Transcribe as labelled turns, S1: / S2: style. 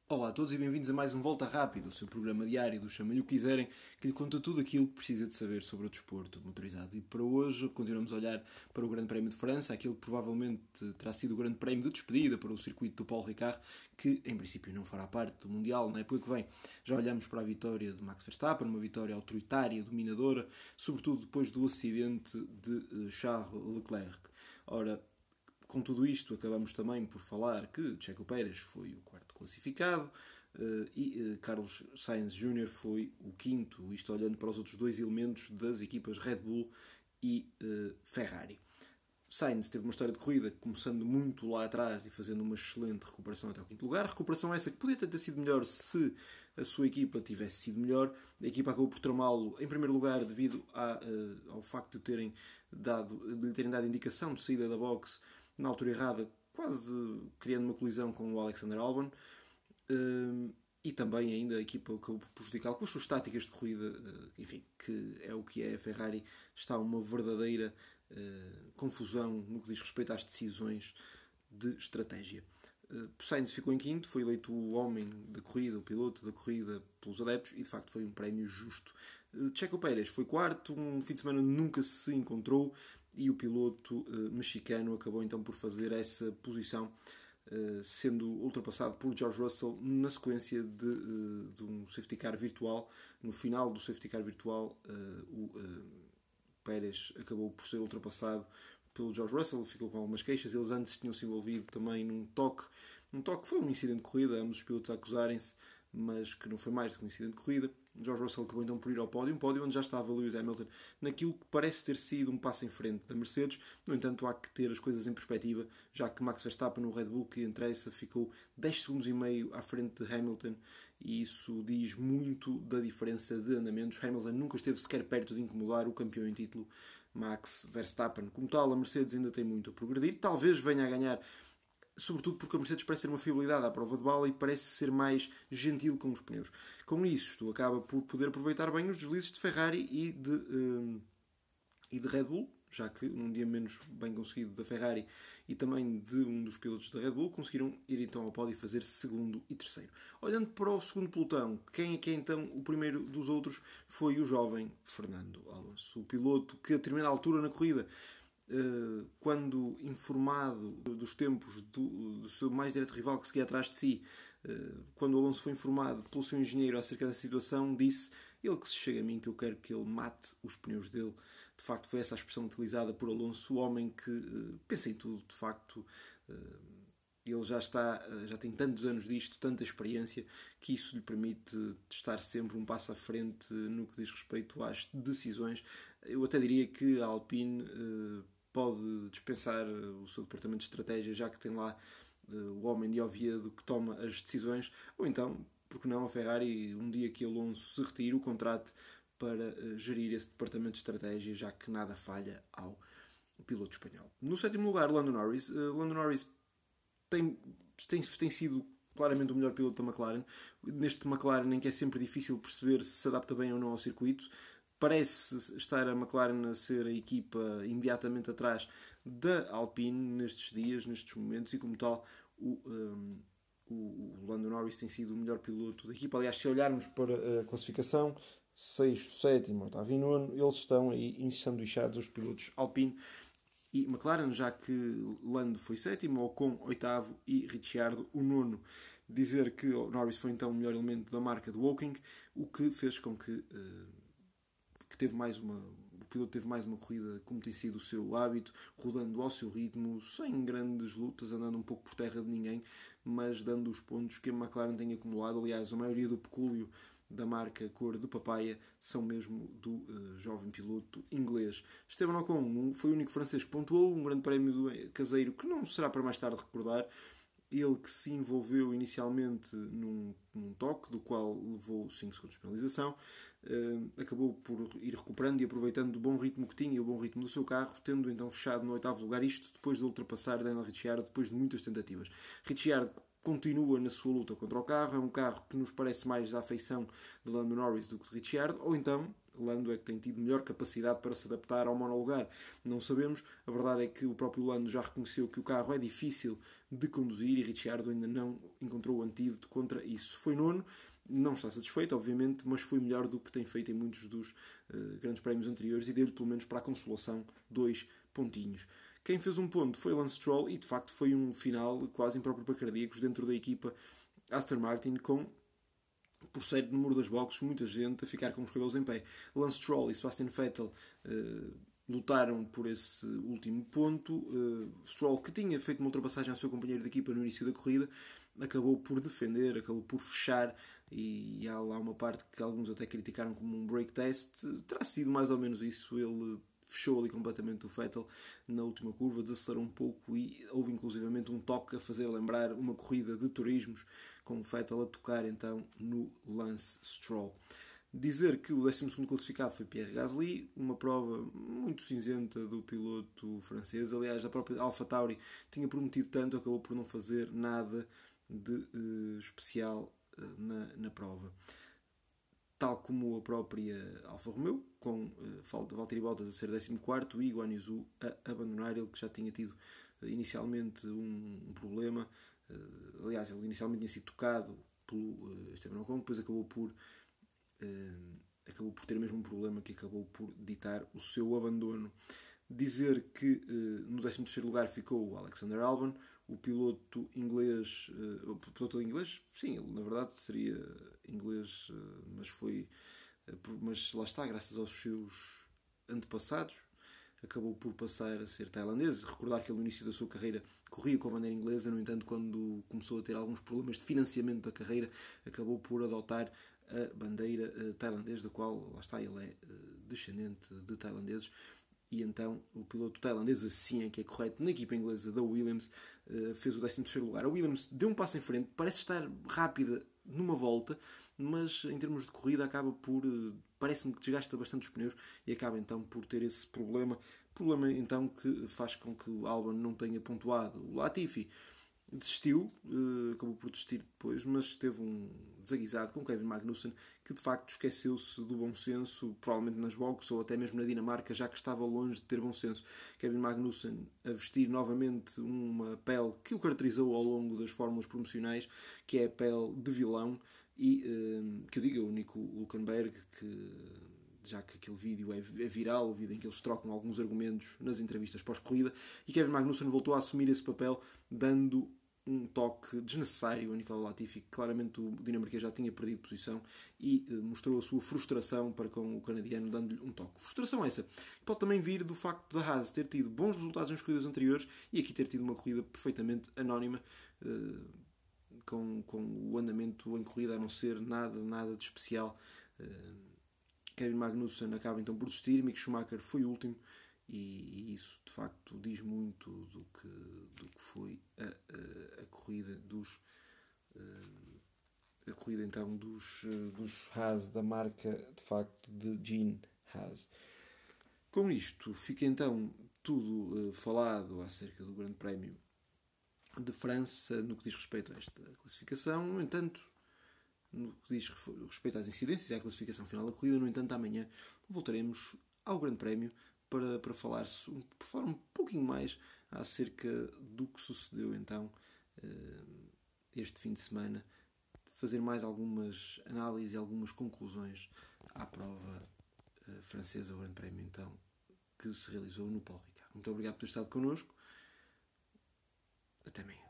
S1: Olá a todos e bem-vindos a mais um Volta Rápido, o seu programa diário do Chama-lhe o que quiserem, que lhe conta tudo aquilo que precisa de saber sobre o desporto motorizado. E para hoje continuamos a olhar para o Grande Prémio de França, aquilo que provavelmente terá sido o Grande Prémio de despedida para o circuito do Paul Ricard, que em princípio não fará parte do Mundial na época que vem. Já olhamos para a vitória de Max Verstappen, uma vitória autoritária, dominadora, sobretudo depois do acidente de Charles Leclerc. Ora, com tudo isto, acabamos também por falar que Checo Pérez foi o quarto classificado e Carlos Sainz Jr. foi o quinto, isto olhando para os outros dois elementos das equipas Red Bull e Ferrari. Sainz teve uma história de corrida começando muito lá atrás e fazendo uma excelente recuperação até ao quinto lugar. Recuperação essa que podia ter sido melhor se a sua equipa tivesse sido melhor. A equipa acabou por tramá-lo em primeiro lugar devido ao facto de lhe terem dado indicação de saída da boxe na altura errada, quase criando uma colisão com o Alexander Albon. E também ainda a equipa acabou por prejudicá-lo com as suas táticas de corrida, enfim, que é o que é a Ferrari, está uma verdadeira confusão no que diz respeito às decisões de estratégia. Sainz ficou em quinto, foi eleito o homem da corrida, o piloto da corrida pelos adeptos e de facto foi um prémio justo. Checo Pérez foi quarto, um fim de semana nunca se encontrou e o piloto mexicano acabou então por fazer essa posição, sendo ultrapassado por George Russell na sequência de um safety car virtual. No final do safety car virtual, o Pérez acabou por ser ultrapassado pelo George Russell, ficou com algumas queixas. Eles antes tinham se envolvido também num toque. Um toque foi um incidente de corrida, ambos os pilotos a acusarem-se, mas que não foi mais do que um incidente de corrida. George Russell acabou então por ir ao pódio, um pódio onde já estava Lewis Hamilton, naquilo que parece ter sido um passo em frente da Mercedes. No entanto, há que ter as coisas em perspectiva, já que Max Verstappen no Red Bull, que interessa, ficou 10 segundos e meio à frente de Hamilton, e isso diz muito da diferença de andamentos. Hamilton nunca esteve sequer perto de incomodar o campeão em título Max Verstappen. Como tal, a Mercedes ainda tem muito a progredir, talvez venha a ganhar, sobretudo porque a Mercedes parece ter uma fiabilidade à prova de bala e parece ser mais gentil com os pneus. Com isso, acaba por poder aproveitar bem os deslizes de Ferrari e de Red Bull, já que num dia menos bem conseguido da Ferrari e também de um dos pilotos da Red Bull, conseguiram ir então ao pódio e fazer segundo e terceiro. Olhando para o segundo pelotão, quem é que é então o primeiro dos outros? Foi o jovem Fernando Alonso, o piloto que a determinada altura na corrida, quando informado dos tempos do seu mais direto rival que seguia atrás de si, quando o Alonso foi informado pelo seu engenheiro acerca da situação, disse: ele que se chega a mim que eu quero que ele mate os pneus dele. De facto foi essa a expressão utilizada por Alonso, o homem que pensa em tudo. De facto, ele já tem tantos anos disto, tanta experiência, que isso lhe permite estar sempre um passo à frente no que diz respeito às decisões. Eu até diria que a Alpine pode dispensar o seu departamento de estratégia, já que tem lá o homem de Oviedo que toma as decisões, ou então, porque não, a Ferrari, um dia que Alonso se retire, o contrato para gerir esse departamento de estratégia, já que nada falha ao piloto espanhol. No sétimo lugar, Lando Norris. Lando Norris tem sido claramente o melhor piloto da McLaren. Neste McLaren em que é sempre difícil perceber se adapta bem ou não ao circuito. Parece estar a McLaren a ser a equipa imediatamente atrás da Alpine nestes dias, nestes momentos, e como tal o Lando Norris tem sido o melhor piloto da equipa. Aliás, se olharmos para a classificação, sexto, sétimo, oitavo e nono, eles estão aí ensanduichados, os pilotos Alpine e McLaren, já que Lando foi sétimo, Ocon oitavo e Ricciardo o nono. Dizer que o Norris foi então o melhor elemento da marca de Woking, o que fez com que o piloto teve mais uma corrida como tem sido o seu hábito, rodando ao seu ritmo, sem grandes lutas, andando um pouco por terra de ninguém, mas dando os pontos que a McLaren tem acumulado. Aliás, a maioria do pecúlio da marca cor de papaya são mesmo do jovem piloto inglês. Esteban Ocon foi o único francês que pontuou, um grande prémio caseiro que não será para mais tarde recordar. Ele que se envolveu inicialmente num toque, do qual levou 5 segundos de penalização, acabou por ir recuperando e aproveitando o bom ritmo que tinha e o bom ritmo do seu carro, tendo então fechado no oitavo lugar, isto depois de ultrapassar Daniel Ricciardo, depois de muitas tentativas. Ricciardo continua na sua luta contra o carro, é um carro que nos parece mais da afeição de Lando Norris do que de Ricciardo, ou então Lando é que tem tido melhor capacidade para se adaptar ao monolugar? Não sabemos. A verdade é que o próprio Lando já reconheceu que o carro é difícil de conduzir e Ricciardo ainda não encontrou o antídoto contra isso. Foi nono, não está satisfeito, obviamente, mas foi melhor do que tem feito em muitos dos grandes prémios anteriores e deu-lhe, pelo menos para a consolação, 2 pontinhos. Quem fez um ponto foi Lance Stroll e, de facto, foi um final quase impróprio para cardíacos dentro da equipa Aston Martin, com, por ser número das boxes, muita gente a ficar com os cabelos em pé. Lance Stroll e Sebastian Vettel lutaram por esse último ponto. Stroll, que tinha feito uma ultrapassagem ao seu companheiro de equipa no início da corrida, acabou por defender, acabou por fechar, e há lá uma parte que alguns até criticaram como um break test. Terá sido mais ou menos isso. Ele fechou ali completamente o Vettel na última curva, desacelerou um pouco e houve inclusivamente um toque a fazer lembrar uma corrida de turismos, com o Vettel a tocar então no Lance Stroll. Dizer que o 12º classificado foi Pierre Gasly, uma prova muito cinzenta do piloto francês. Aliás, a própria AlphaTauri tinha prometido tanto, acabou por não fazer nada de especial na prova. Tal como a própria Alfa Romeo, com Valtteri Bottas a ser 14º e Guan Yu Zhou a abandonar, ele que já tinha tido inicialmente um problema. Aliás, ele inicialmente tinha sido tocado pelo Esteban Ocon, depois acabou por ter mesmo um problema que acabou por ditar o seu abandono. Dizer que no 13º lugar ficou o Alexander Albon, o piloto inglês, sim, ele na verdade seria inglês, mas lá está, graças aos seus antepassados, acabou por passar a ser tailandês. Recordar que ele no início da sua carreira corria com a bandeira inglesa, no entanto, quando começou a ter alguns problemas de financiamento da carreira, acabou por adotar a bandeira tailandesa, da qual, lá está, ele é descendente de tailandeses. E então o piloto tailandês, assim é que é correto, na equipa inglesa da Williams, fez o 13º lugar. A Williams deu um passo em frente, parece estar rápida numa volta, mas em termos de corrida acaba por, parece-me que desgasta bastante os pneus e acaba então por ter esse problema então que faz com que o Albon não tenha pontuado. O Latifi desistiu, acabou por desistir depois, mas esteve um desaguisado com Kevin Magnussen, que de facto esqueceu-se do bom senso, provavelmente nas boxes ou até mesmo na Dinamarca, já que estava longe de ter bom senso. Kevin Magnussen a vestir novamente uma pele que o caracterizou ao longo das fórmulas promocionais, que é a pele de vilão, e que eu diga, o Nico Hülkenberg, que já que aquele vídeo é viral, o vídeo em que eles trocam alguns argumentos nas entrevistas pós-corrida, e Kevin Magnussen voltou a assumir esse papel, dando um toque desnecessário a Nicolas Latifi, que claramente o dinamarquês já tinha perdido posição, e mostrou a sua frustração para com o canadiano, dando-lhe um toque. Frustração essa que pode também vir do facto da Haas ter tido bons resultados nas corridas anteriores e aqui ter tido uma corrida perfeitamente anónima, com o andamento em corrida a não ser nada de especial. Kevin Magnussen acaba então por desistir, Mick Schumacher foi o último, e isso de facto diz muito do que foi a corrida então dos Haas, da marca de facto de Gene Haas. Com isto fica então tudo falado acerca do Grande Prémio de França no que diz respeito a esta classificação. No entanto, no que diz respeito às incidências e à classificação final da corrida, no entanto, amanhã voltaremos ao Grande Prémio para falar um pouquinho mais acerca do que sucedeu então este fim de semana, fazer mais algumas análises e algumas conclusões à prova francesa, o Grande Prémio então que se realizou no Paul Ricard. Muito obrigado por ter estado connosco. Até amanhã.